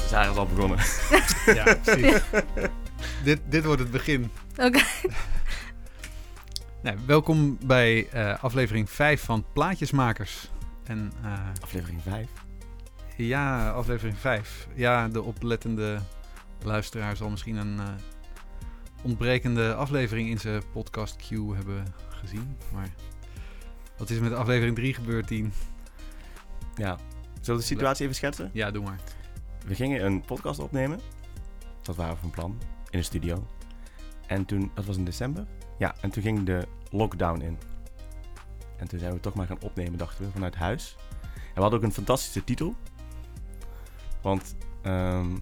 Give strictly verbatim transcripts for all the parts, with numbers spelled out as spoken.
Sarah is al begonnen. Ja, precies. dit, dit wordt het begin. Oké. Okay. Nee, welkom bij uh, aflevering vijf van Plaatjesmakers. En, uh, aflevering vijf? Ja, aflevering vijf. Ja, de oplettende luisteraar zal misschien een uh, ontbrekende aflevering in zijn podcast queue hebben gezien. Maar wat is er met aflevering drie gebeurd, Dien? Ja, zullen we de situatie even schetsen? Ja, doe maar. We gingen een podcast opnemen. Dat waren we van plan. In een studio. En toen, dat was in december. Ja, en toen ging de lockdown in. En toen zijn we toch maar gaan opnemen, dachten we, vanuit huis. En we hadden ook een fantastische titel. Want um,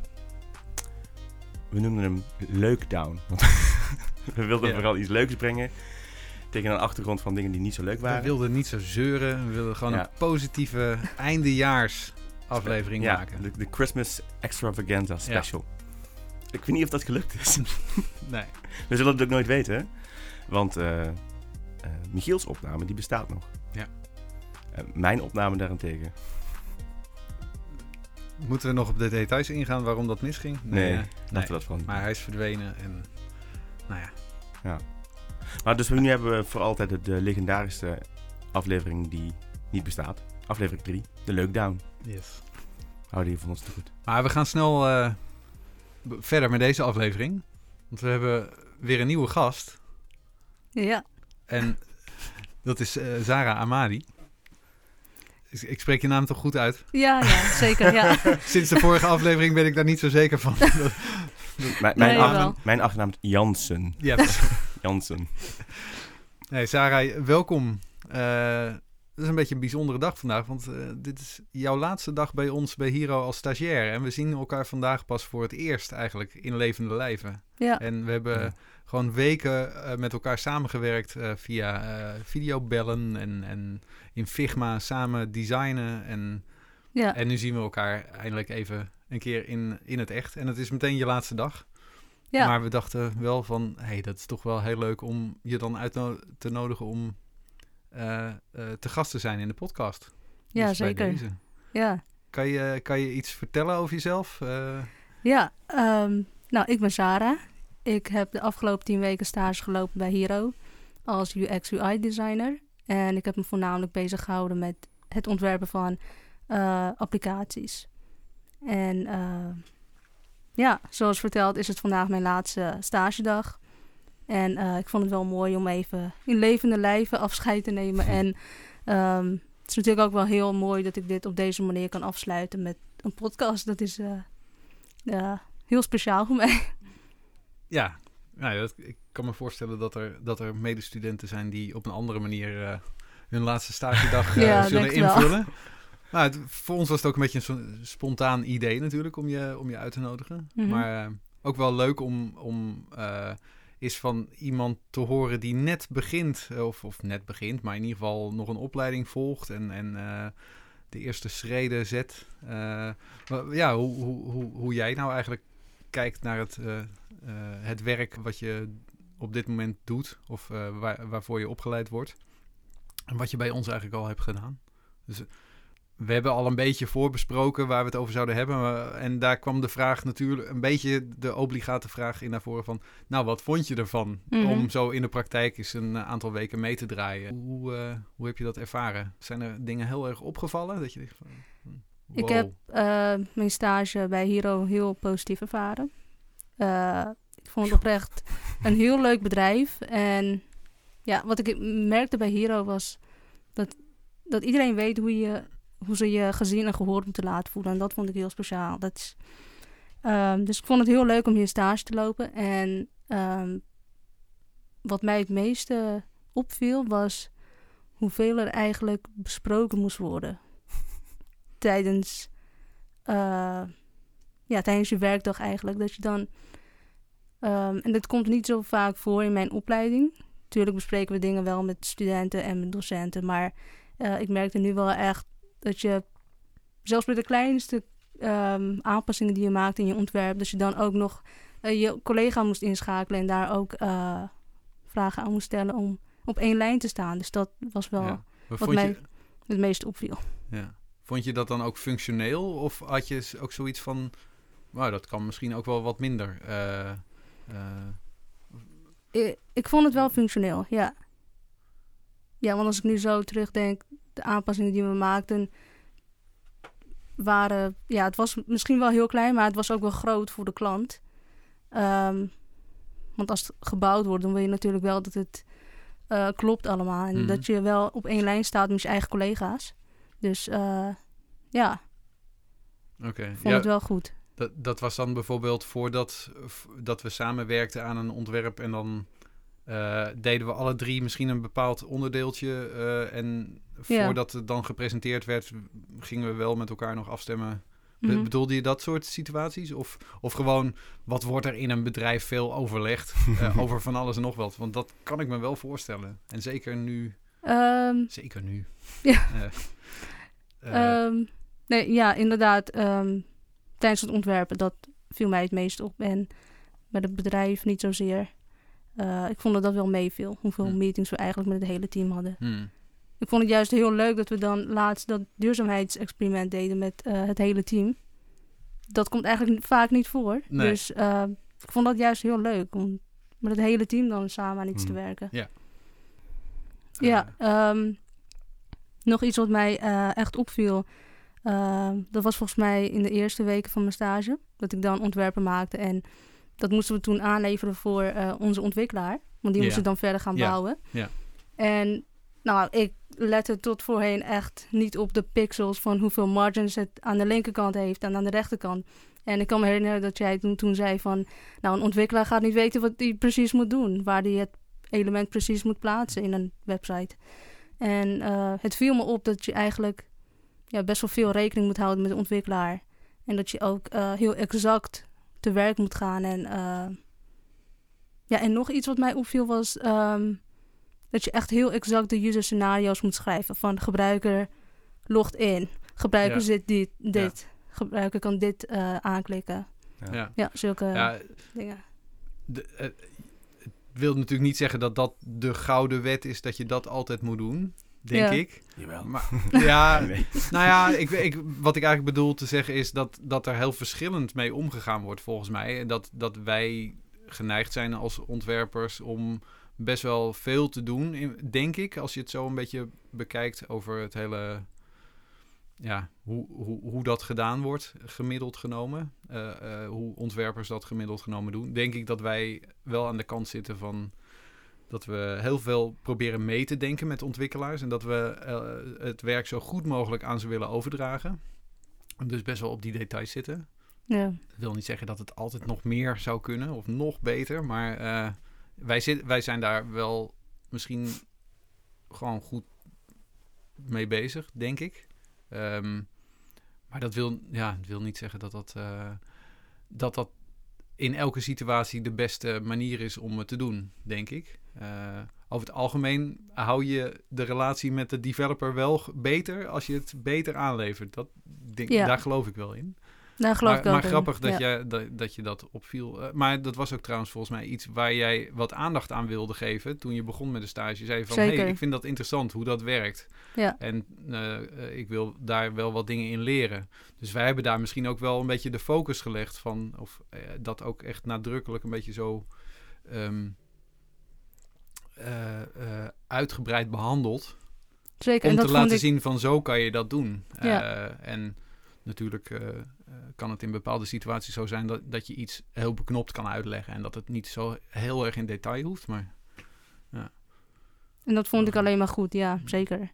we noemden hem Leukdown. Want we wilden ja. vooral iets leuks brengen. Tegen een achtergrond van dingen die niet zo leuk waren. We wilden niet zo zeuren. We wilden gewoon ja. een positieve eindejaars aflevering ja, maken. De, de Christmas Extravaganza special. Ja. Ik weet niet of dat gelukt is. Nee. We zullen het ook nooit weten. Hè? Want uh, uh, Michiels opname, die bestaat nog. Ja. Uh, mijn opname daarentegen. Moeten we nog op de details ingaan waarom dat misging? Nee, nee, laten nee. we dat gewoon niet. Maar hij is verdwenen en nou ja. Ja. Maar dus nu hebben we voor altijd de, de legendarische aflevering die niet bestaat. Aflevering drie, de Leukdown. Yes. Houden die van ons te goed. Maar we gaan snel uh, b- verder met deze aflevering. Want we hebben weer een nieuwe gast. Ja. En dat is uh, Zara Amadi. Ik spreek je naam toch goed uit? Ja, ja, zeker, ja. Sinds de vorige aflevering ben ik daar niet zo zeker van. dat, dat... Mijn, mijn, nee, achternaam, mijn achternaam is Jansen. Ja, Jansen. Nee, Zara, welkom. Uh, het is een beetje een bijzondere dag vandaag, want uh, dit is jouw laatste dag bij ons bij Hero als stagiair. En we zien elkaar vandaag pas voor het eerst eigenlijk in levende lijven. Ja. En we hebben ja. gewoon weken uh, met elkaar samengewerkt uh, via uh, videobellen en, en in Figma samen designen. En, ja. en nu zien we elkaar eindelijk even een keer in, in het echt. En het is meteen je laatste dag. Ja. Maar we dachten wel van, hé, hey, dat is toch wel heel leuk om je dan uit no- te nodigen om uh, uh, te gast te zijn in de podcast. Ja, dus zeker. Ja. Kan je, kan je iets vertellen over jezelf? Uh... Ja, um, nou, ik ben Zara. Ik heb de afgelopen tien weken stage gelopen bij Hero als U X U I designer. En ik heb me voornamelijk bezig gehouden met het ontwerpen van uh, applicaties. En uh, ja, zoals verteld is het vandaag mijn laatste stagedag. En uh, ik vond het wel mooi om even in levende lijven afscheid te nemen. En um, het is natuurlijk ook wel heel mooi dat ik dit op deze manier kan afsluiten met een podcast. Dat is uh, uh, heel speciaal voor mij. Ja, nou, dat, ik kan me voorstellen dat er, dat er medestudenten zijn die op een andere manier uh, hun laatste stagedag uh, ja, zullen invullen. Nou, het, voor ons was het ook een beetje een spontaan idee natuurlijk om je, om je uit te nodigen. Mm-hmm. Maar uh, ook wel leuk om, om uh, is van iemand te horen die net begint, of, of net begint, maar in ieder geval nog een opleiding volgt en, en uh, de eerste schreden zet. Uh, ja, hoe, hoe, hoe, hoe jij nou eigenlijk kijkt naar het, uh, uh, het werk wat je op dit moment doet, of uh, waar, waarvoor je opgeleid wordt. En wat je bij ons eigenlijk al hebt gedaan. Dus we hebben al een beetje voorbesproken waar we het over zouden hebben. Maar, en daar kwam de vraag natuurlijk, een beetje de obligate vraag in naar voren van, nou, wat vond je ervan mm-hmm. om zo in de praktijk eens een aantal weken mee te draaien? Hoe, uh, hoe heb je dat ervaren? Zijn er dingen heel erg opgevallen? Dat je denkt van, wow. Ik heb uh, mijn stage bij Hero heel positief ervaren. Uh, ik vond het oprecht een heel leuk bedrijf. En ja, wat ik merkte bij Hero was dat, dat iedereen weet hoe je... hoe ze je gezien en gehoord moeten laten voelen. En dat vond ik heel speciaal. Dat is, um, dus ik vond het heel leuk om hier stage te lopen. En um, wat mij het meeste opviel was hoeveel er eigenlijk besproken moest worden. tijdens, uh, ja, tijdens je werkdag eigenlijk. Dat je dan... Um, en dat komt niet zo vaak voor in mijn opleiding. Tuurlijk bespreken we dingen wel met studenten en met docenten. Maar uh, ik merkte nu wel echt dat je, zelfs bij de kleinste um, aanpassingen die je maakt in je ontwerp, dat je dan ook nog uh, je collega moest inschakelen en daar ook uh, vragen aan moest stellen om op één lijn te staan. Dus dat was wel ja, wat mij je... het meest opviel. Ja. vond je dat dan ook functioneel? Of had je ook zoiets van, nou, dat kan misschien ook wel wat minder? Uh, uh... Ik, ik vond het wel functioneel, ja. Ja, want als ik nu zo terugdenk, de aanpassingen die we maakten waren, ja, het was misschien wel heel klein, maar het was ook wel groot voor de klant. Um, want als het gebouwd wordt, dan wil je natuurlijk wel dat het uh, klopt allemaal. En mm-hmm. dat je wel op één lijn staat met je eigen collega's. Dus uh, ja, okay. vond ja, het wel goed. Dat, dat was dan bijvoorbeeld voordat v- dat we samenwerkten aan een ontwerp en dan uh, deden we alle drie misschien een bepaald onderdeeltje. Uh, en ja. voordat het dan gepresenteerd werd, gingen we wel met elkaar nog afstemmen. Be- Mm-hmm. bedoelde je dat soort situaties? Of, of gewoon, wat wordt er in een bedrijf veel overlegd uh, over van alles en nog wat? Want dat kan ik me wel voorstellen. En zeker nu. Um, zeker nu. Ja. Uh, uh, um, nee, ja, inderdaad. Um, tijdens het ontwerpen, dat viel mij het meest op. En met het bedrijf niet zozeer. Uh, ik vond dat dat wel meeviel. Hoeveel hmm. meetings we eigenlijk met het hele team hadden. Hmm. Ik vond het juist heel leuk dat we dan laatst dat duurzaamheidsexperiment deden met uh, het hele team. Dat komt eigenlijk vaak niet voor. Nee. Dus uh, ik vond dat juist heel leuk om met het hele team dan samen aan iets hmm. te werken. Ja. Ja, um, nog iets wat mij uh, echt opviel. Uh, dat was volgens mij in de eerste weken van mijn stage. Dat ik dan ontwerpen maakte. En dat moesten we toen aanleveren voor uh, onze ontwikkelaar. Want die ja. moesten dan verder gaan ja. bouwen. Ja. En nou, ik lette tot voorheen echt niet op de pixels van hoeveel margins het aan de linkerkant heeft en aan de rechterkant. En ik kan me herinneren dat jij toen, toen zei van, nou, een ontwikkelaar gaat niet weten wat hij precies moet doen. Waar hij het element precies moet plaatsen in een website. En uh, het viel me op dat je eigenlijk ja, best wel veel rekening moet houden met de ontwikkelaar. En dat je ook uh, heel exact te werk moet gaan. En, uh, ja, en nog iets wat mij opviel was um, dat je echt heel exact de user scenario's moet schrijven. Van gebruiker logt in. Gebruiker ja. zit dit, dit. Ja. Gebruiker kan dit uh, aanklikken. Ja, ja. ja zulke ja, dingen. De, uh, het wil natuurlijk niet zeggen dat dat de gouden wet is dat je dat altijd moet doen. Denk ja. ik. Jawel. Maar, ja, nee. Nou ja, ik, ik, wat ik eigenlijk bedoel te zeggen is dat, dat er heel verschillend mee omgegaan wordt volgens mij. En dat, dat wij geneigd zijn als ontwerpers om best wel veel te doen, in, denk ik. Als je het zo een beetje bekijkt over het hele, ja, hoe, hoe, hoe dat gedaan wordt, gemiddeld genomen. Uh, uh, hoe ontwerpers dat gemiddeld genomen doen. Denk ik dat wij wel aan de kant zitten van dat we heel veel proberen mee te denken met ontwikkelaars. En dat we uh, het werk zo goed mogelijk aan ze willen overdragen. En dus best wel op die details zitten. Ja. Dat wil niet zeggen dat het altijd nog meer zou kunnen of nog beter. Maar uh, wij, zit, wij zijn daar wel misschien gewoon goed mee bezig, denk ik. Um, maar dat wil, ja, dat wil niet zeggen dat dat, uh, dat dat in elke situatie de beste manier is om het te doen, denk ik. Uh, over het algemeen hou je de relatie met de developer wel beter als je het beter aanlevert. Dat, denk, ja. Daar geloof ik wel in. Daar geloof maar, ik ook maar in. grappig dat, ja. je, dat, dat je dat opviel. Uh, maar dat was ook trouwens volgens mij iets waar jij wat aandacht aan wilde geven toen je begon met de stage. Je zei van, hé, hey, ik vind dat interessant hoe dat werkt. Ja. En uh, uh, ik wil daar wel wat dingen in leren. Dus wij hebben daar misschien ook wel een beetje de focus gelegd van, of uh, dat ook echt nadrukkelijk een beetje zo um, uh, uh, uitgebreid behandeld. Zeker. Om en te dat laten vond ik... zien van zo kan je dat doen. Ja. Uh, en natuurlijk uh, uh, kan het in bepaalde situaties zo zijn dat, dat je iets heel beknopt kan uitleggen. En dat het niet zo heel erg in detail hoeft. Maar, ja. En dat vond ik alleen maar goed, ja, zeker.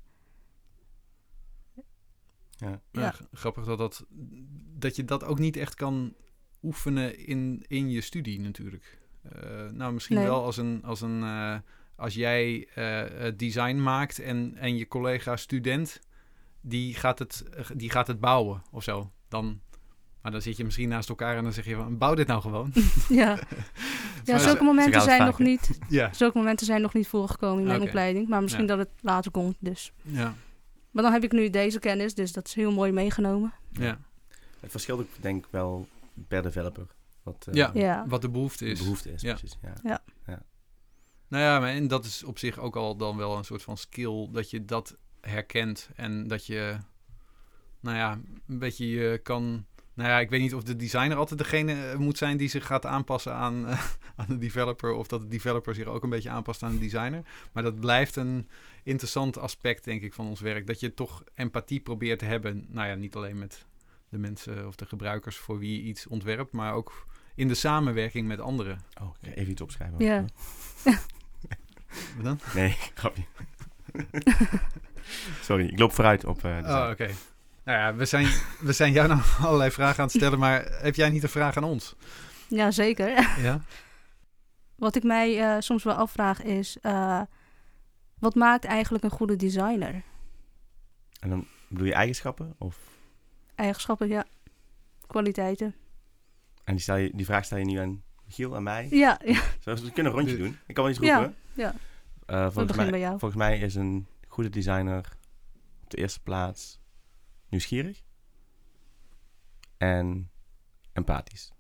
Ja. Ja. Ja, grappig dat, dat, dat je dat ook niet echt kan oefenen in, in je studie natuurlijk. Uh, nou, misschien nee. wel als een... Als een uh, als jij uh, design maakt en, en je collega student, die gaat, het, die gaat het bouwen of zo. Dan, maar dan zit je misschien naast elkaar en dan zeg je van, bouw dit nou gewoon. Ja, ja zulke momenten zijn nog niet, ja. zulke momenten zijn nog niet voorgekomen in mijn okay. opleiding. Maar misschien ja. dat het later komt, dus. Ja. Maar dan heb ik nu deze kennis, dus dat is heel mooi meegenomen. Ja. Het verschilt ook denk ik wel per developer. Wat, uh, ja, ja, wat de behoefte is. De behoefte is, ja. precies. Ja. Ja. Ja. Nou ja, maar en dat is op zich ook al dan wel een soort van skill dat je dat herkent en dat je nou ja, een beetje je kan... Nou ja, ik weet niet of de designer altijd degene moet zijn die zich gaat aanpassen aan, uh, aan de developer. Of dat de developer zich ook een beetje aanpast aan de designer. Maar dat blijft een interessant aspect, denk ik, van ons werk. Dat je toch empathie probeert te hebben. Nou ja, niet alleen met de mensen of de gebruikers voor wie je iets ontwerpt. Maar ook in de samenwerking met anderen. Oh, okay. Even iets opschrijven. Ja. Wat dan? Nee, grapje. Sorry, ik loop vooruit op... Uh, oh, oké. Okay. Nou ja, we zijn, we zijn jou nou allerlei vragen aan het stellen, maar heb jij niet een vraag aan ons? Ja, zeker. Ja? Wat ik mij uh, soms wel afvraag is, uh, wat maakt eigenlijk een goede designer? En dan bedoel je eigenschappen? Of? Eigenschappen, ja. Kwaliteiten. En die, stel je, die vraag stel je nu aan Giel en mij? Ja. ja. Zoals we kunnen een rondje doen. Ik kan wel iets roepen. Ja, ja. Uh, volgens, mij, bij jou. volgens mij is een goede designer op de eerste plaats nieuwsgierig en empathisch.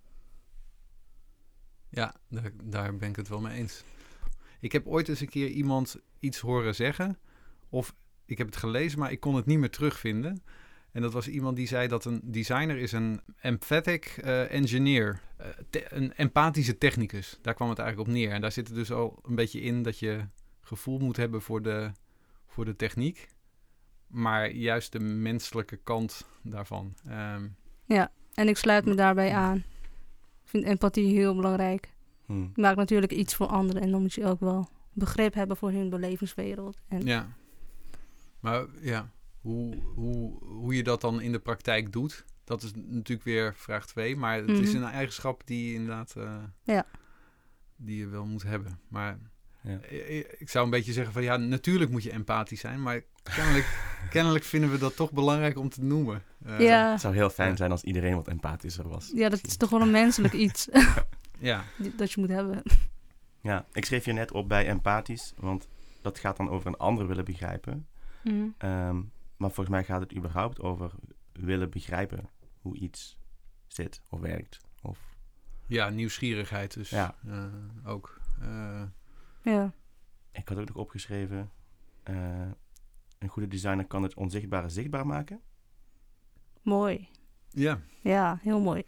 Ja, daar, daar ben ik het wel mee eens. Ik heb ooit eens een keer iemand iets horen zeggen, of ik heb het gelezen, maar ik kon het niet meer terugvinden. En dat was iemand die zei dat een designer is een emphatic uh, engineer, uh, te- een empathische technicus. Daar kwam het eigenlijk op neer. En daar zit het dus al een beetje in dat je gevoel moet hebben voor de, voor de techniek. Maar juist de menselijke kant daarvan. Um, ja, en ik sluit me daarbij aan. Ik vind empathie heel belangrijk. Hmm. Je maakt natuurlijk iets voor anderen en dan moet je ook wel begrip hebben voor hun belevingswereld. En ja, maar ja, hoe, hoe, hoe je dat dan in de praktijk doet, dat is natuurlijk weer vraag twee. Maar het mm-hmm. is een eigenschap die inderdaad uh, ja. die je wel moet hebben. Maar ja. ik zou een beetje zeggen van ja, natuurlijk moet je empathisch zijn, maar kennelijk, kennelijk vinden we dat toch belangrijk om te noemen. Uh, ja. Het zou heel fijn zijn als iedereen wat empathischer was. Ja, dat is toch wel een menselijk iets. ja. Dat je moet hebben. Ja, ik schreef je net op bij empathisch, want dat gaat dan over een ander willen begrijpen. Mm. Um, maar volgens mij gaat het überhaupt over willen begrijpen hoe iets zit of werkt. Of... Ja, nieuwsgierigheid dus ja. uh, ook. Uh, ja. Ik had ook nog opgeschreven, uh, een goede designer kan het onzichtbare zichtbaar maken. Mooi. Ja. Ja, heel mooi.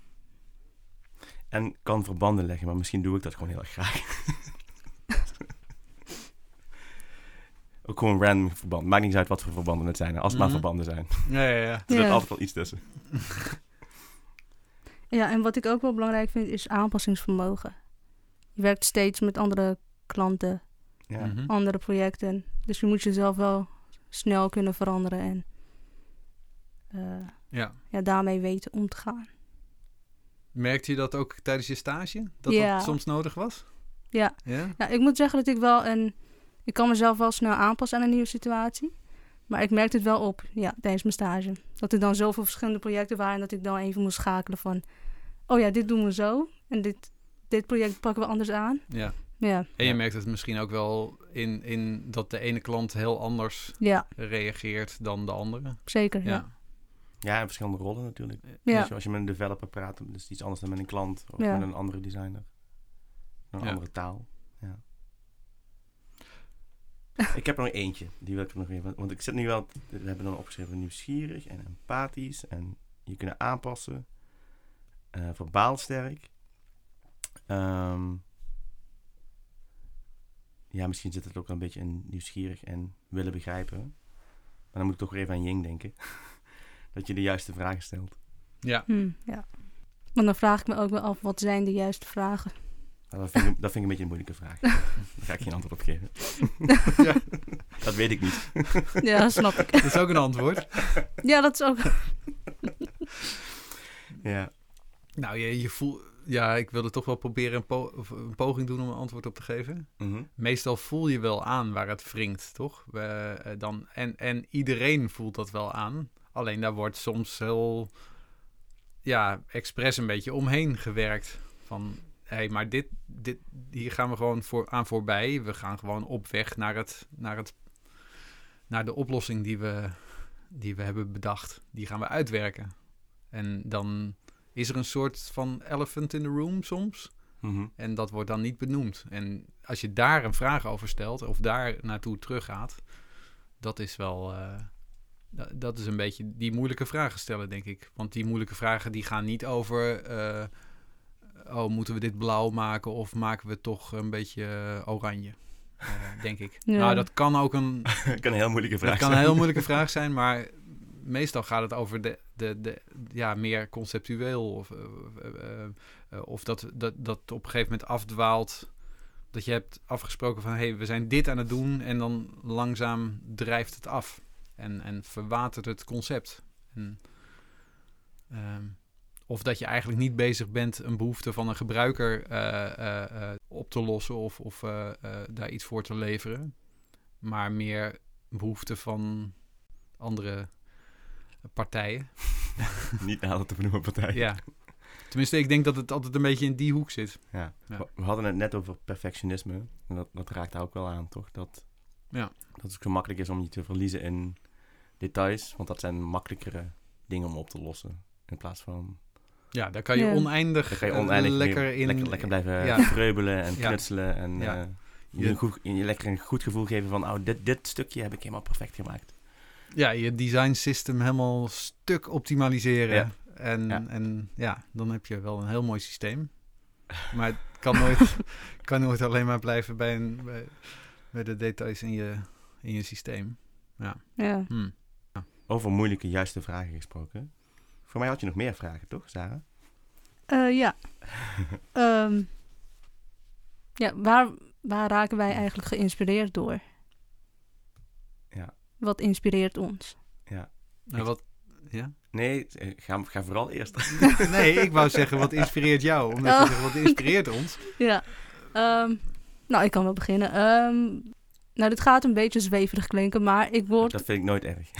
En kan verbanden leggen, maar misschien doe ik dat gewoon heel erg graag. Ook gewoon random verband. Maakt niet uit wat voor verbanden het zijn, als het mm-hmm. maar verbanden zijn. Ja, ja, ja. Er zit ja. altijd wel iets tussen. Ja, en wat ik ook wel belangrijk vind, is aanpassingsvermogen. Je werkt steeds met andere klanten, ja. mm-hmm. andere projecten. Dus je moet jezelf wel snel kunnen veranderen en uh, ja. Ja, daarmee weten om te gaan. Merkte je dat ook tijdens je stage? Dat ja. dat soms nodig was? Ja. ja. Ja, ik moet zeggen dat ik wel een... Ik kan mezelf wel snel aanpassen aan een nieuwe situatie. Maar ik merkte het wel op, ja, tijdens mijn stage. Dat er dan zoveel verschillende projecten waren... dat ik dan even moest schakelen van... oh ja, dit doen we zo. En dit, dit project pakken we anders aan. Ja. Ja. En je merkt het misschien ook wel in, in dat de ene klant heel anders ja. reageert dan de andere. Zeker, ja. ja. Ja, en verschillende rollen natuurlijk. Ja. Dus als je met een developer praat, dan is het iets anders dan met een klant. Of ja. met een andere designer. Een ja. andere taal. Ja. Ik heb er nog eentje. Die wil ik er nog even... Want ik zit nu wel... We hebben dan opgeschreven nieuwsgierig en empathisch. En je kunnen aanpassen. Uh, verbaal sterk. Um, ja, misschien zit het ook wel een beetje in nieuwsgierig en willen begrijpen. Maar dan moet ik toch weer even aan Ying denken. Dat je de juiste vragen stelt. Ja. Hm, ja. Maar dan vraag ik me ook wel af, wat zijn de juiste vragen? Nou, dat, vind ik, dat vind ik een beetje een moeilijke vraag. Daar ga ik geen antwoord op geven. Ja. Dat weet ik niet. Ja, dat snap ik. Dat is ook een antwoord. Ja, dat is ook... Ja. Nou, je, je voelt... Ja, ik wilde toch wel proberen een, po- een poging doen om een antwoord op te geven. Mm-hmm. Meestal voel je wel aan waar het wringt, toch? Uh, dan, en, en iedereen voelt dat wel aan. Alleen daar wordt soms heel... Ja, expres een beetje omheen gewerkt. Van, hé, hey, maar dit, dit, hier gaan we gewoon voor, aan voorbij. We gaan gewoon op weg naar, het, naar, het, naar de oplossing die we, die we hebben bedacht. Die gaan we uitwerken. En dan... is er een soort van elephant in the room soms. Mm-hmm. En dat wordt dan niet benoemd. En als je daar een vraag over stelt... of daar naartoe teruggaat... dat is wel... Uh, dat is een beetje die moeilijke vragen stellen, denk ik. Want die moeilijke vragen die gaan niet over... Uh, oh, moeten we dit blauw maken of maken we het toch een beetje uh, oranje? Uh, denk ik. Ja. Nou, dat kan ook een... dat kan een heel moeilijke vraag dat zijn. kan een heel moeilijke vraag zijn, maar meestal gaat het over de, de, de ja, meer conceptueel. Of, uh, uh, uh, of dat, dat, dat op een gegeven moment afdwaalt. Dat je hebt afgesproken van, hé, hey, we zijn dit aan het doen. En dan langzaam drijft het af. En, en verwatert het concept. En, uh, of dat je eigenlijk niet bezig bent een behoefte van een gebruiker uh, uh, uh, op te lossen. Of, of uh, uh, daar iets voor te leveren. Maar meer behoefte van andere partijen. Niet nader te benoemen partijen. Ja. Tenminste, ik denk dat het altijd een beetje in die hoek zit. Ja. Ja. We hadden het net over perfectionisme. En dat, dat raakt daar ook wel aan, toch? Dat, ja. dat het zo makkelijk is om je te verliezen in details. Want dat zijn makkelijkere dingen om op te lossen. In plaats van... Ja, daar kan je ja. oneindig, daar kan je oneindig lekker mee, in... Lekker, lekker blijven ja. vreubelen en knutselen. Ja. En ja. uh, je, een goed, je lekker een goed gevoel geven van... Oh, dit, dit stukje heb ik helemaal perfect gemaakt. Ja, je design system helemaal stuk optimaliseren. Ja. En, ja. en ja, dan heb je wel een heel mooi systeem. Maar het kan nooit, kan nooit alleen maar blijven bij, een, bij, bij de details in je, in je systeem. Ja. Ja. Hm. Ja. Over moeilijke, juiste vragen gesproken. Voor mij had je nog meer vragen, toch, Sarah? Uh, ja. um, ja, waar, waar raken wij eigenlijk geïnspireerd door? Ja. Wat inspireert ons? Ja. Nou, wat... Ja? Nee, ga, ga vooral eerst. Nee, ik wou zeggen, wat inspireert jou? Omdat oh. je zegt, wat inspireert ons? Ja, um, nou, ik kan wel beginnen. Um, nou, dit gaat een beetje zweverig klinken, maar ik word... Dat vind ik nooit erg.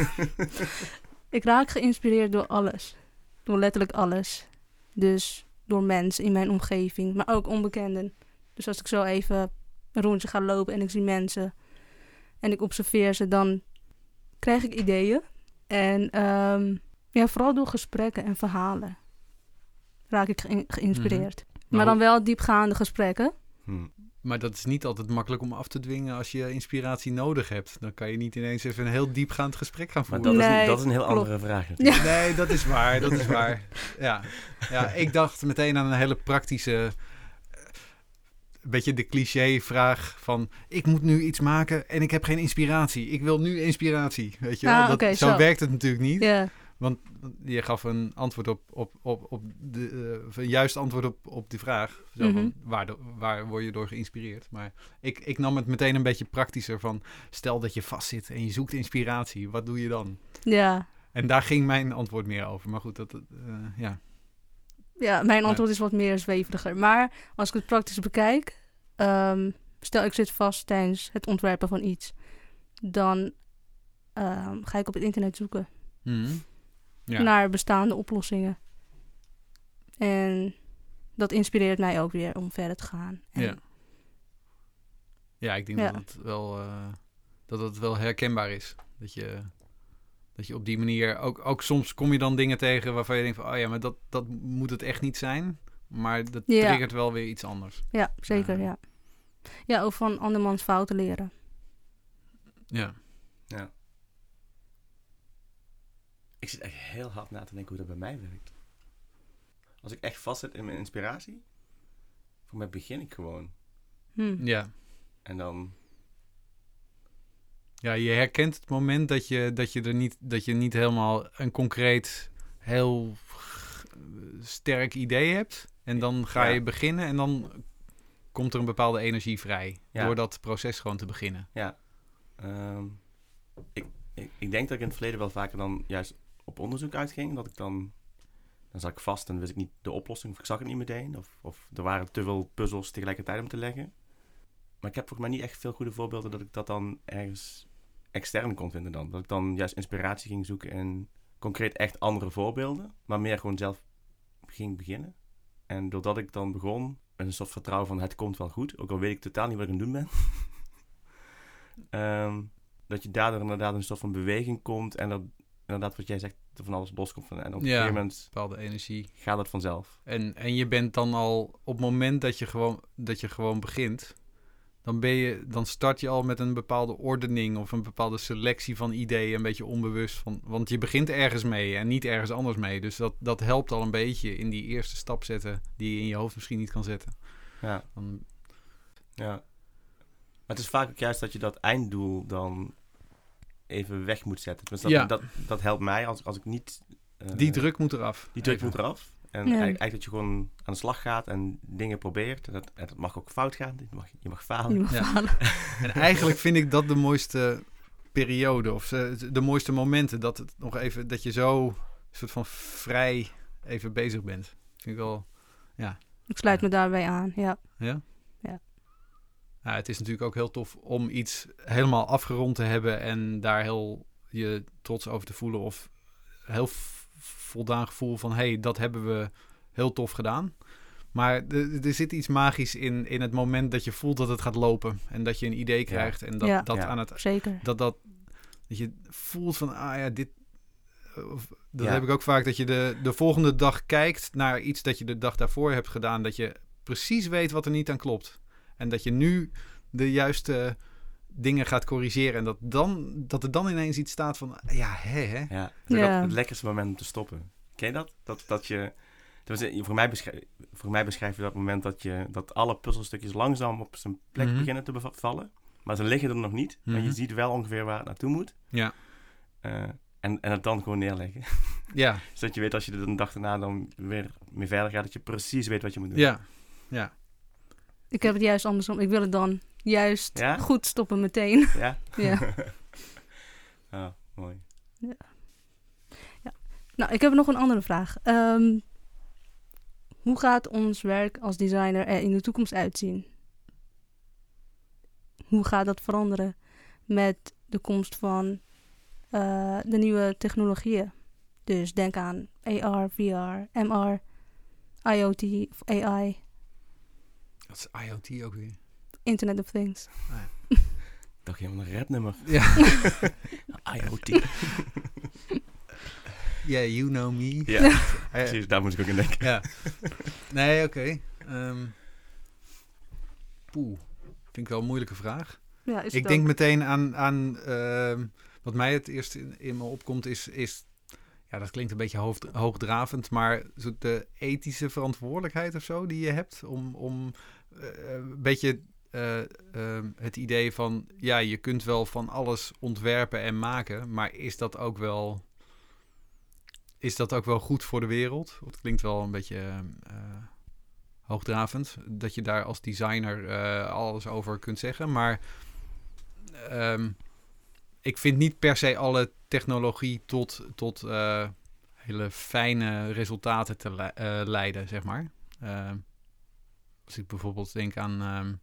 Ik raak geïnspireerd door alles. Door letterlijk alles. Dus door mensen in mijn omgeving, maar ook onbekenden. Dus als ik zo even een rondje ga lopen en ik zie mensen... en ik observeer ze, dan krijg ik ideeën... En um, ja, vooral door gesprekken en verhalen raak ik ge- geïnspireerd. Mm-hmm. Maar, maar dan wel diepgaande gesprekken. Hmm. Maar dat is niet altijd makkelijk om af te dwingen als je inspiratie nodig hebt. Dan kan je niet ineens even een heel diepgaand gesprek gaan voeren. Maar dat, nee, is, een, dat is een heel klopt. andere vraag natuurlijk. Ja. Nee, dat is waar, dat is waar. Ja. Ja, ik dacht meteen aan een hele praktische... Een beetje de cliché-vraag van... ik moet nu iets maken en ik heb geen inspiratie. Ik wil nu inspiratie, weet je wel? Ah, dat, okay, zo, zo werkt het natuurlijk niet. Yeah. Want je gaf een antwoord op... op, op, op de, uh, een juist antwoord op, op die vraag. Zo mm-hmm. van, waar, waar word je door geïnspireerd? Maar ik, ik nam het meteen een beetje praktischer van... stel dat je vastzit en je zoekt inspiratie. Wat doe je dan? Ja. En daar ging mijn antwoord meer over. Maar goed, dat... Uh, ja. Ja, mijn antwoord is wat meer zweveriger. Maar als ik het praktisch bekijk... Um, stel ik zit vast tijdens het ontwerpen van iets... dan um, ga ik op het internet zoeken. Mm-hmm. Ja. Naar bestaande oplossingen. En dat inspireert mij ook weer om verder te gaan. En ja. Ja, ik denk ja. dat het wel... Uh, dat het wel herkenbaar is. Dat je... Dat je op die manier... Ook, ook soms kom je dan dingen tegen waarvan je denkt van... oh ja, maar dat, dat moet het echt niet zijn. Maar dat ja. triggert wel weer iets anders. Ja, zeker, uh, ja. Ja, ook van andermans fouten leren. Ja. Ja. Ik zit echt heel hard na te denken hoe dat bij mij werkt. Als ik echt vastzit in mijn inspiratie... voor mij begin ik gewoon. Hmm. Ja. En dan... Ja, je herkent het moment dat je, dat je er niet, dat je niet helemaal een concreet, heel sterk idee hebt. En dan ga je ja. beginnen en dan komt er een bepaalde energie vrij. Ja. Door dat proces gewoon te beginnen. Ja. Um, ik, ik, ik denk dat ik in het verleden wel vaker dan juist op onderzoek uitging. Dat ik dan... Dan zat ik vast en wist ik niet de oplossing. Of ik zag het niet meteen. Of, of er waren te veel puzzels tegelijkertijd om te leggen. Maar ik heb volgens mij niet echt veel goede voorbeelden dat ik dat dan ergens extern kon vinden dan. Dat ik dan juist inspiratie ging zoeken in concreet echt andere voorbeelden. Maar meer gewoon zelf ging beginnen. En doordat ik dan begon met een soort vertrouwen van het komt wel goed. Ook al weet ik totaal niet wat ik aan het doen ben. um, dat je daardoor inderdaad een soort van beweging komt. En dat inderdaad wat jij zegt, er van alles loskomt. Van, en op een ja, gegeven moment bepaalde energie. Gaat het vanzelf. En, en je bent dan al op het moment dat je gewoon, dat je gewoon begint... dan, ben je, dan start je al met een bepaalde ordening of een bepaalde selectie van ideeën, een beetje onbewust. Van, want je begint ergens mee en niet ergens anders mee. Dus dat, dat helpt al een beetje in die eerste stap zetten die je in je hoofd misschien niet kan zetten. Ja. Dan, ja. Maar het is vaak ook juist dat je dat einddoel dan even weg moet zetten. Dus dat, Ja. dat, dat helpt mij als, als ik niet... Uh, die druk moet eraf. Die druk Even. moet eraf. En Ja. eigenlijk, eigenlijk dat je gewoon aan de slag gaat en dingen probeert. En dat, en dat mag ook fout gaan. Je mag, je mag falen. Je mag Ja. falen. En eigenlijk vind ik dat de mooiste periode of de, de mooiste momenten. Dat, het nog even, dat je zo soort van vrij even bezig bent. Vind ik wel, ja. Ik sluit me daarbij aan, ja. Ja? Ja. Ja, het is natuurlijk ook heel tof om iets helemaal afgerond te hebben en daar heel je trots over te voelen of heel v- voldaan gevoel van, hé, hey, dat hebben we heel tof gedaan. Maar er, er zit iets magisch in, in het moment dat je voelt dat het gaat lopen en dat je een idee krijgt en dat, Ja. dat Ja. aan het Zeker. dat, dat, dat je voelt van, ah ja, dit... Of, dat Ja. heb ik ook vaak, dat je de, de volgende dag kijkt naar iets dat je de dag daarvoor hebt gedaan. Dat je precies weet wat er niet aan klopt. En dat je nu de juiste dingen gaat corrigeren. En dat, dan, dat er dan ineens iets staat van, ja, hè, hè. Ja, dat is ook Ja. het lekkerste moment om te stoppen. Ken je dat? Dat, dat je... Dat was, voor, mij beschrijf, voor mij beschrijf je dat moment dat, je, dat alle puzzelstukjes langzaam op zijn plek Mhm. beginnen te bevallen. Maar ze liggen er nog niet. Maar Mhm. je ziet wel ongeveer waar het naartoe moet. Ja. Uh, en, en het dan gewoon neerleggen. Ja. Zodat je weet als je er een dag daarna dan weer mee verder gaat, dat je precies weet wat je moet doen. Ja. Ja. Ik heb het juist andersom. Ik wil het dan juist Ja? goed stoppen meteen. Ja? Ja. Oh, mooi. Nou, ik heb nog een andere vraag. Um, hoe gaat ons werk als designer er in de toekomst uitzien? Hoe gaat dat veranderen met de komst van uh, de nieuwe technologieën? Dus denk aan A R, V R, M R, I O T of A I. Dat is I O T ook weer. Internet of Things. Ah, ja. Ik dacht helemaal een rapnummer. Ja. I O T. Yeah, you know me. Ja, precies, daar moet ik ook in denken. Ja. Nee, oké. Okay. Um, poeh, vind ik wel een moeilijke vraag. Ja, is ik het denk ook. meteen aan, aan uh, wat mij het eerst in, in me opkomt is, is, ja, dat klinkt een beetje hoofd, hoogdravend, maar zo de ethische verantwoordelijkheid of zo die je hebt om, om uh, een beetje uh, uh, het idee van, ja, je kunt wel van alles ontwerpen en maken, maar is dat ook wel... Is dat ook wel goed voor de wereld? Het klinkt wel een beetje uh, hoogdravend. Dat je daar als designer uh, alles over kunt zeggen. Maar um, ik vind niet per se alle technologie tot, tot uh, hele fijne resultaten te le- uh, leiden, zeg maar. Uh, als ik bijvoorbeeld denk aan um,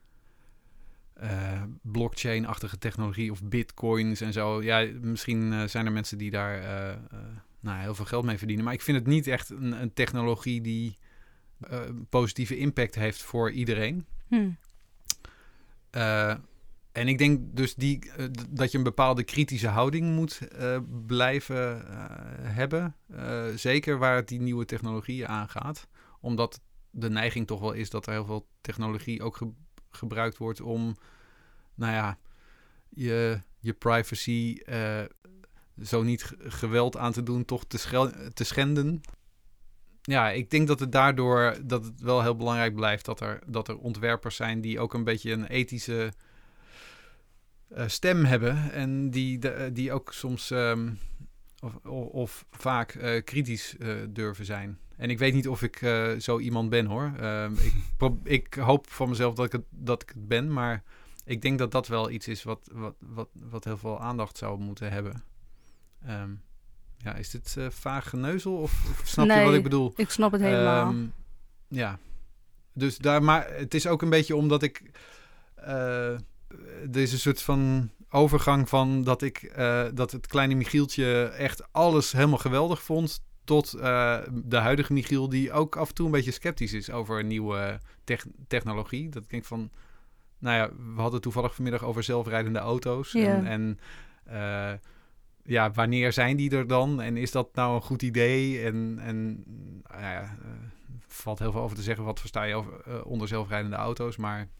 uh, blockchain-achtige technologie of bitcoins en zo. Ja, misschien uh, zijn er mensen die daar... Uh, uh, Nou, heel veel geld mee verdienen. Maar ik vind het niet echt een, een technologie die uh, positieve impact heeft voor iedereen. Hmm. Uh, en ik denk dus die, uh, d- dat je een bepaalde kritische houding moet uh, blijven uh, hebben. Uh, zeker waar het die nieuwe technologieën aangaat. Omdat de neiging toch wel is dat er heel veel technologie ook ge- gebruikt wordt om, nou ja, je, je privacy... Uh, zo niet g- geweld aan te doen, toch te, schel- te schenden. Ja, ik denk dat het daardoor dat het wel heel belangrijk blijft dat er, dat er ontwerpers zijn die ook een beetje een ethische uh, stem hebben en die, de, die ook soms um, of, of, of vaak uh, kritisch uh, durven zijn. En ik weet niet of ik uh, zo iemand ben, hoor. Um, ik, pro- ik hoop van mezelf dat ik, het, dat ik het ben, maar ik denk dat dat wel iets is wat, wat, wat, wat heel veel aandacht zou moeten hebben. Um, ja, is dit uh, vaag geneuzel of, of snap Nee, je wat ik bedoel? Ik snap het helemaal. Um, ja, dus daar, maar het is ook een beetje omdat ik, uh, er is een soort van overgang van dat ik, uh, dat het kleine Michieltje echt alles helemaal geweldig vond, tot uh, de huidige Michiel die ook af en toe een beetje sceptisch is over nieuwe te- technologie. Dat ik denk van, nou ja, we hadden toevallig vanmiddag over zelfrijdende auto's Ja. en, en uh, ja, wanneer zijn die er dan? En is dat nou een goed idee? En, en nou ja, uh, valt heel veel over te zeggen. Wat versta je over, uh, onder zelfrijdende auto's? Maar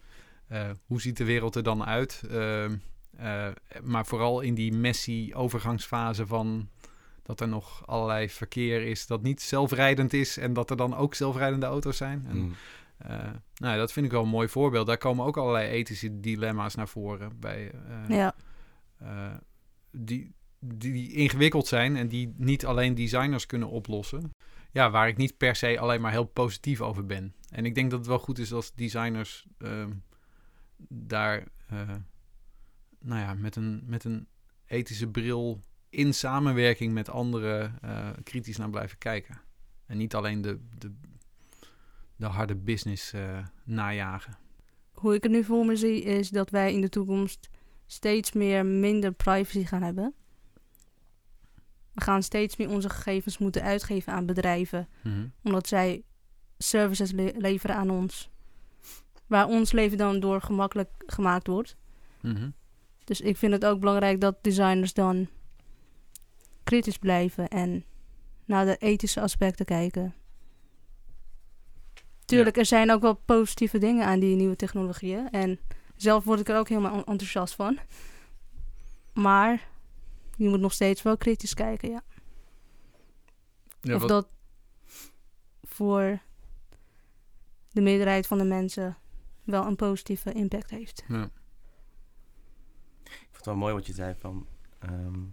uh, hoe ziet de wereld er dan uit? Uh, uh, maar vooral in die messy overgangsfase van dat er nog allerlei verkeer is dat niet zelfrijdend is en dat er dan ook zelfrijdende auto's zijn. En, Mm. uh, nou, dat vind ik wel een mooi voorbeeld. Daar komen ook allerlei ethische dilemma's naar voren bij uh, Ja. uh, die, die ingewikkeld zijn en die niet alleen designers kunnen oplossen. Ja, waar ik niet per se alleen maar heel positief over ben. En ik denk dat het wel goed is als designers uh, daar uh, nou ja, met een, met een ethische bril in samenwerking met anderen uh, kritisch naar blijven kijken. En niet alleen de, de, de harde business uh, najagen. Hoe ik het nu voor me zie is dat wij in de toekomst steeds meer minder privacy gaan hebben. We gaan steeds meer onze gegevens moeten uitgeven aan bedrijven. Mm-hmm. Omdat zij services le- leveren aan ons. Waar ons leven dan door gemakkelijk gemaakt wordt. Mm-hmm. Dus ik vind het ook belangrijk dat designers dan kritisch blijven en naar de ethische aspecten kijken. Tuurlijk, ja. Er zijn ook wel positieve dingen aan die nieuwe technologieën. En zelf word ik er ook helemaal enthousiast van. Maar je moet nog steeds wel kritisch kijken, ja. Ja, of wat... dat voor de meerderheid van de mensen wel een positieve impact heeft. Ja. Ik vond het wel mooi wat je zei van... Um,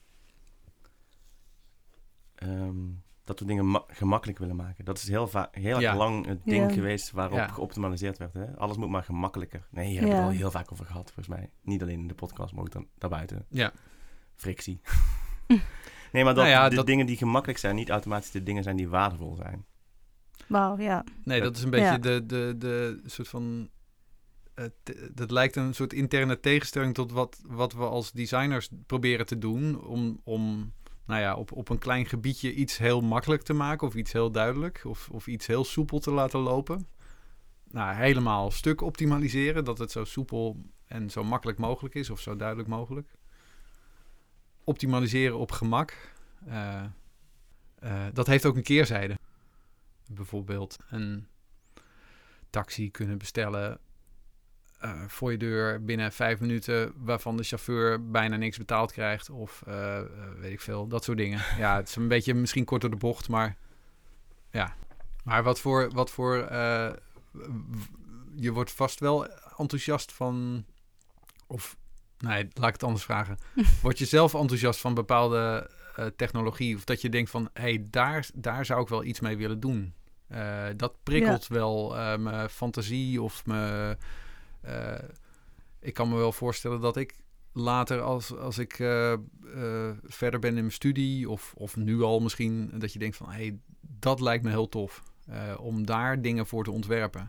um, dat we dingen ma- gemakkelijk willen maken. Dat is heel, va- heel ja. erg lang het ding ja. geweest waarop ja. geoptimaliseerd werd. Hè? Alles moet maar gemakkelijker. Nee, hier ja. hebben we het al heel vaak over gehad, volgens mij. Niet alleen in de podcast, maar ook dan daarbuiten. Ja. Frictie. Nee, maar dat nou ja, de dat... dingen die gemakkelijk zijn, niet automatisch de dingen zijn die waardevol zijn. Wauw, ja. Nee, dat is een beetje ja. de, de, de soort van... Uh, te, dat lijkt een soort interne tegenstelling tot wat, wat we als designers proberen te doen. Om, om nou ja, op, op een klein gebiedje iets heel makkelijk te maken. Of iets heel duidelijk. Of, of iets heel soepel te laten lopen. Nou, helemaal stuk optimaliseren. Dat het zo soepel en zo makkelijk mogelijk is. Of zo duidelijk mogelijk. Optimaliseren op gemak. Uh, uh, dat heeft ook een keerzijde. Bijvoorbeeld een taxi kunnen bestellen uh, voor je deur binnen vijf minuten, waarvan de chauffeur bijna niks betaald krijgt. Of uh, uh, weet ik veel, dat soort dingen. Ja, het is een beetje misschien kort door de bocht, maar ja. Maar wat voor, wat voor uh, je wordt vast wel enthousiast van, of nee, laat ik het anders vragen. Word je zelf enthousiast van bepaalde uh, technologie? Of dat je denkt van, hé, hey, daar, daar zou ik wel iets mee willen doen. Uh, dat prikkelt ja. wel uh, mijn fantasie of mijn... Uh, ik kan me wel voorstellen dat ik later, als, als ik uh, uh, verder ben in mijn studie... Of, of nu al misschien, dat je denkt van... hé, hey, dat lijkt me heel tof. Uh, om daar dingen voor te ontwerpen.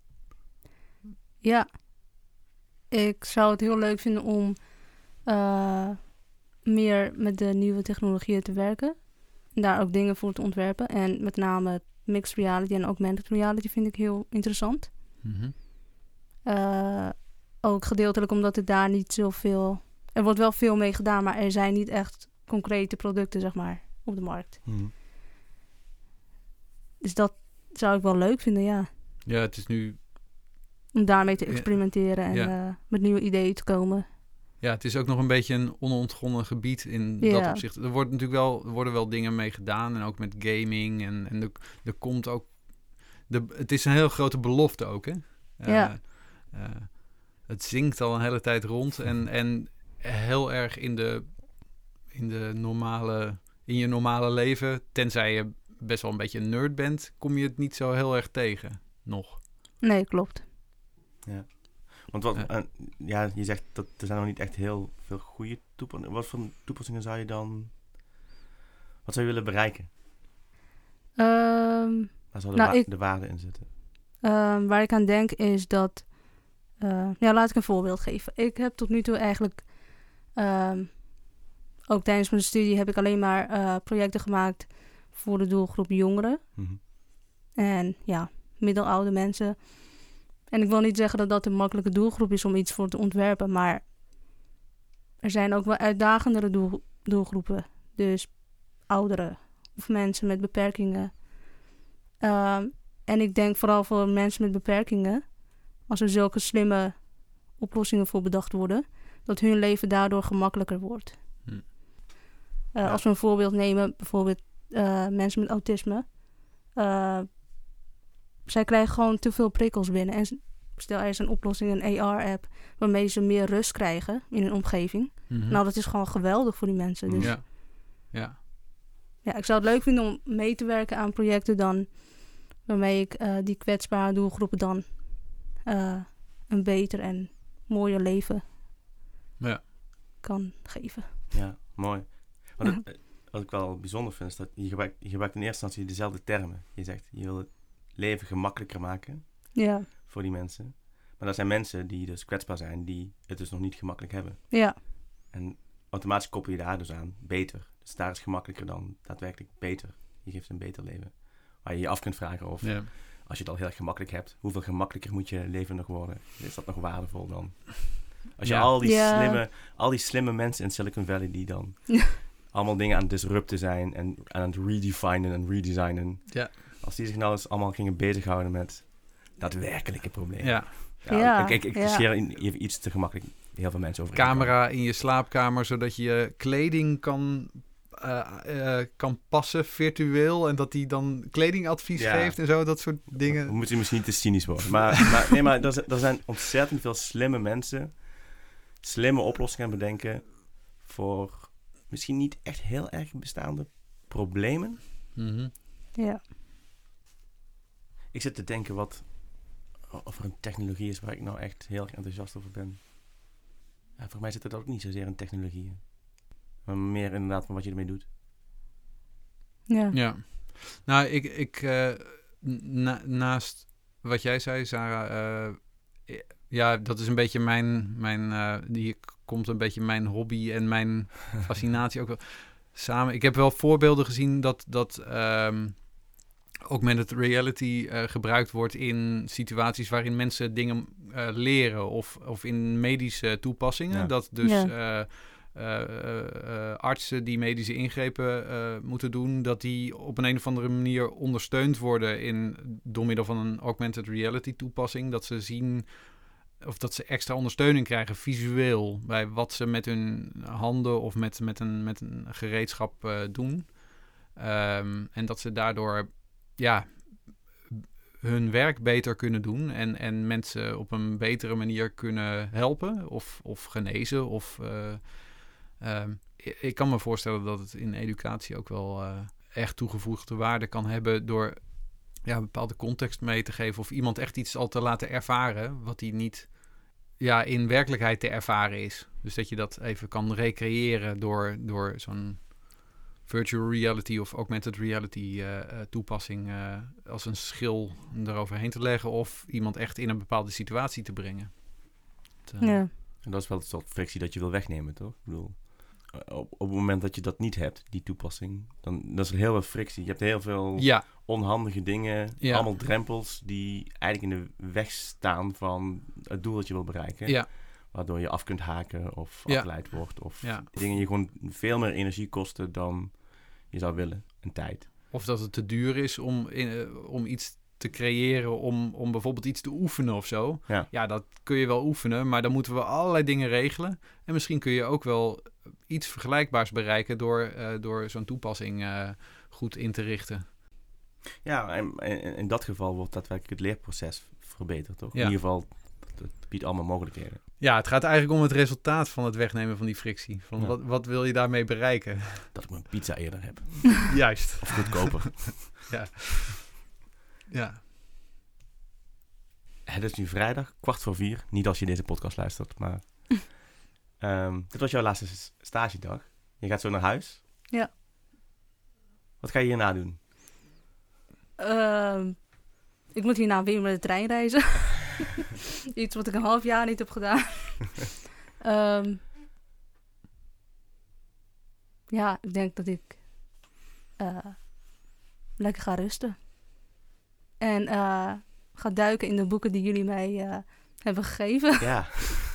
Ja. Ik zou het heel leuk vinden om uh, meer met de nieuwe technologieën te werken. En daar ook dingen voor te ontwerpen. En met name mixed reality en augmented reality vind ik heel interessant. Mm-hmm. Uh, ook gedeeltelijk omdat het daar niet zoveel... Er wordt wel veel mee gedaan, maar er zijn niet echt concrete producten, zeg maar, op de markt. Mm. Dus dat zou ik wel leuk vinden, ja. Ja, het is nu... Om daarmee te experimenteren en ja. uh, met nieuwe ideeën te komen. Ja, het is ook nog een beetje een onontgonnen gebied in ja. dat opzicht. Er wordt natuurlijk wel, er worden wel dingen mee gedaan. En ook met gaming. En, en er, er komt ook... De, het is een heel grote belofte ook, hè? Uh, ja. Uh, het zinkt al een hele tijd rond. En, en heel erg in de, in de normale... In je normale leven, tenzij je best wel een beetje een nerd bent... kom je het niet zo heel erg tegen, nog. Nee, klopt. Ja. Want wat, uh, ja, je zegt dat er zijn nog niet echt heel veel goede toepassingen. Wat voor toepassingen zou je dan... Wat zou je willen bereiken? Um, Waar zou de, nou, wa- ik, de waarde in zitten? Um, waar ik aan denk is dat... Uh, ja, laat ik een voorbeeld geven. Ik heb tot nu toe eigenlijk... Um, ook tijdens mijn studie heb ik alleen maar uh, projecten gemaakt... voor de doelgroep jongeren. Mm-hmm. En ja, middeloude mensen... En ik wil niet zeggen dat dat een makkelijke doelgroep is om iets voor te ontwerpen, maar er zijn ook wel uitdagendere doel, doelgroepen. Dus ouderen of mensen met beperkingen. Um, en ik denk vooral voor mensen met beperkingen, als er zulke slimme oplossingen voor bedacht worden, dat hun leven daardoor gemakkelijker wordt. Hm. Uh, Ja. Als we een voorbeeld nemen, bijvoorbeeld uh, mensen met autisme. Uh, zij krijgen gewoon te veel prikkels binnen. En stel, er is een oplossing, een A R-app, waarmee ze meer rust krijgen in hun omgeving. Mm-hmm. Nou, dat is gewoon geweldig voor die mensen. Dus Ja. Ja. ja, ik zou het leuk vinden om mee te werken aan projecten dan, waarmee ik uh, die kwetsbare doelgroepen dan uh, een beter en mooier leven Ja. kan geven. Ja, mooi. Wat, het, uh, wat ik wel bijzonder vind, is dat je gebruikt, je gebruikt in eerste instantie dezelfde termen. Je zegt, je wil het leven gemakkelijker maken Ja, voor die mensen. Maar dat zijn mensen die dus kwetsbaar zijn, die het dus nog niet gemakkelijk hebben. ja, En automatisch koppel je daar dus aan beter. Dus daar is gemakkelijker dan daadwerkelijk beter. Je geeft een beter leven. Waar je je af kunt vragen of, Ja. als je het al heel erg gemakkelijk hebt, hoeveel gemakkelijker moet je leven nog worden? Is dat nog waardevol dan? Als je Ja. al, die Ja. slimme, al die slimme mensen in Silicon Valley die dan allemaal dingen aan het disrupten zijn en aan het redefinen en redesignen. Ja. Als die zich nou eens allemaal gingen bezighouden met daadwerkelijke problemen. Ja. Ja, Ja, ik ik, ik ja. scheer in- iets te gemakkelijk heel veel mensen over. Camera in je slaapkamer, zodat je je kleding kan, uh, uh, kan passen virtueel. En dat die dan kledingadvies Ja. geeft en zo, dat soort dingen. We moeten misschien niet te cynisch worden. Maar, maar, nee, maar er, zijn- er zijn ontzettend veel slimme mensen. Slimme oplossingen bedenken voor misschien niet echt heel erg bestaande problemen. Mhm. ja. Ik zit te denken wat of er een technologie is waar ik nou echt heel erg enthousiast over ben. Ja, voor mij zit het ook niet zozeer in technologieën. Maar meer inderdaad van wat je ermee doet. Ja. Ja. Nou, ik, ik uh, na, naast wat jij zei, Sarah, uh, ja, dat is een beetje mijn, mijn uh, die komt een beetje mijn hobby en mijn fascinatie ook wel samen. Ik heb wel voorbeelden gezien dat, dat um, augmented reality uh, gebruikt wordt in situaties waarin mensen dingen uh, leren of, of in medische toepassingen. Ja. Dat dus Ja. uh, uh, uh, uh, artsen die medische ingrepen uh, moeten doen, dat die op een, een of andere manier ondersteund worden in, door middel van een augmented reality toepassing. Dat ze zien of dat ze extra ondersteuning krijgen visueel bij wat ze met hun handen of met, met, een, met een gereedschap uh, doen. Um, en dat ze daardoor ja, hun werk beter kunnen doen en, en mensen op een betere manier kunnen helpen of, of genezen. Of, uh, um, ik, ik kan me voorstellen dat het in educatie ook wel uh, echt toegevoegde waarde kan hebben door ja, een bepaalde context mee te geven of iemand echt iets al te laten ervaren wat hij niet ja, in werkelijkheid te ervaren is. Dus dat je dat even kan recreëren door, door zo'n virtual reality of augmented reality uh, uh, toepassing uh, als een schil eroverheen te leggen of iemand echt in een bepaalde situatie te brengen. Het, uh, Ja. En dat is wel het soort frictie dat je wil wegnemen, toch? Ik bedoel, op, op het moment dat je dat niet hebt, die toepassing, dan dat is er heel veel frictie. Je hebt heel veel ja, onhandige dingen, Ja. allemaal drempels die eigenlijk in de weg staan van het doel dat je wil bereiken. ja, Waardoor je af kunt haken of Ja. afgeleid wordt. Of Ja. dingen die gewoon veel meer energie kosten dan je zou willen. En tijd. of dat het te duur is om, in, uh, om iets te creëren, om, om bijvoorbeeld iets te oefenen of zo. Ja. ja, dat kun je wel oefenen, maar dan moeten we allerlei dingen regelen. En misschien kun je ook wel iets vergelijkbaars bereiken door, uh, door zo'n toepassing uh, goed in te richten. Ja, en, en in dat geval wordt daadwerkelijk het leerproces verbeterd, toch? Ja. In ieder geval, het biedt allemaal mogelijkheden. Ja, het gaat eigenlijk om het resultaat van het wegnemen van die frictie. Van Ja. wat, wat wil je daarmee bereiken? Dat ik mijn pizza eerder heb. Juist. Of goedkoper. Ja. Ja. Het is nu vrijdag, kwart voor vier. Niet als je deze podcast luistert, maar... um, dit was jouw laatste s- stagedag. Je gaat zo naar huis. Ja. Wat ga je hierna doen? Uh, ik moet hierna weer met de trein reizen. Iets wat ik een half jaar niet heb gedaan. um, ja, ik denk dat ik uh, lekker ga rusten. En uh, ga duiken in de boeken die jullie mij uh, hebben gegeven. Ja.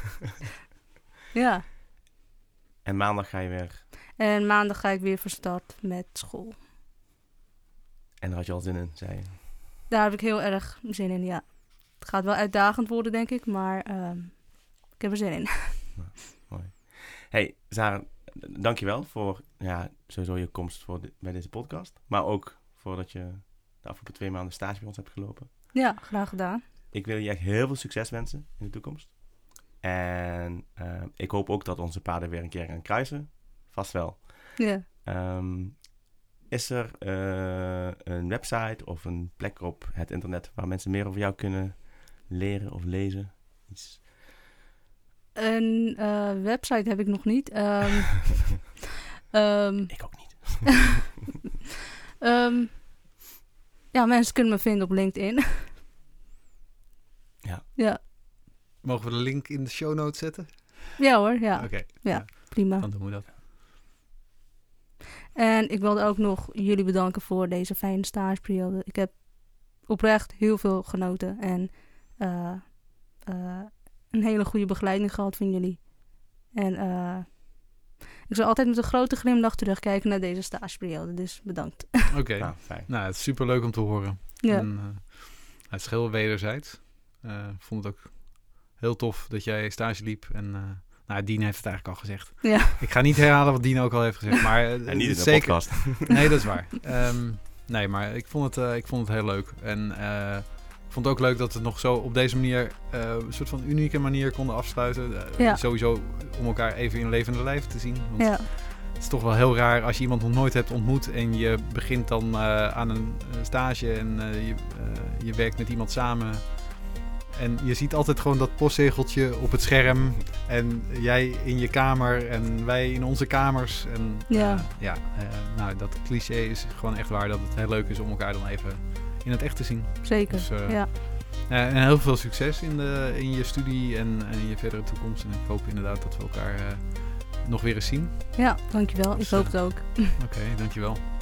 Ja. En maandag ga je weer... En maandag ga ik weer van start met school. En daar had je al zin in, zei je. Daar heb ik heel erg zin in, ja. het gaat wel uitdagend worden, denk ik. Maar uh, ik heb er zin in. Nou, mooi. Hey, Sarah, dankjewel voor ja, sowieso je komst voor de, bij deze podcast. Maar ook voordat je de afgelopen twee maanden stage bij ons hebt gelopen. Ja, graag gedaan. Ik wil je echt heel veel succes wensen in de toekomst. En uh, ik hoop ook dat onze paden weer een keer gaan kruisen. Vast wel. Ja. Um, is er uh, een website of een plek op het internet waar mensen meer over jou kunnen leren of lezen? Iets. Een uh, website heb ik nog niet. Um, um, ik ook niet. um, ja, mensen kunnen me vinden op LinkedIn. Ja. Ja. Mogen we de link in de show notes zetten? Ja hoor, ja. Oké. Okay. Ja, Ja, prima. dan doen we dat. En ik wilde ook nog jullie bedanken voor deze fijne stageperiode. Ik heb oprecht heel veel genoten. En uh, uh, een hele goede begeleiding gehad van jullie. En uh, ik zal altijd met een grote glimlach terugkijken naar deze stageperiode. Dus bedankt. Oké. Okay. Nou, fijn. Nou, het is super leuk om te horen. Ja. En, uh, het is heel wederzijds. Ik uh, vond het ook heel tof dat jij stage liep. En uh, nou, Dien heeft het eigenlijk al gezegd. Ja. Ik ga niet herhalen wat Dien ook al heeft gezegd. Maar, uh, en niet in de zeker... podcast. Nee, dat is waar. Um, nee, maar ik vond het, uh, ik vond het heel leuk. En uh, ik vond het ook leuk dat we het nog zo op deze manier, uh, een soort van unieke manier konden afsluiten. Uh, ja. Sowieso om elkaar even in levende lijf te zien. Want ja. het is toch wel heel raar als je iemand nog nooit hebt ontmoet en je begint dan uh, aan een uh, stage en uh, je, uh, je werkt met iemand samen. En je ziet altijd gewoon dat postzegeltje op het scherm. En jij in je kamer en wij in onze kamers. En ja, uh, ja uh, nou, dat cliché is gewoon echt waar. Dat het heel leuk is om elkaar dan even in het echt te zien. Zeker, dus, uh, ja. Uh, en heel veel succes in, de, in je studie en, en in je verdere toekomst. En ik hoop inderdaad dat we elkaar uh, nog weer eens zien. Ja, dankjewel. Dus, ik hoop het ook. Oké, okay, dankjewel.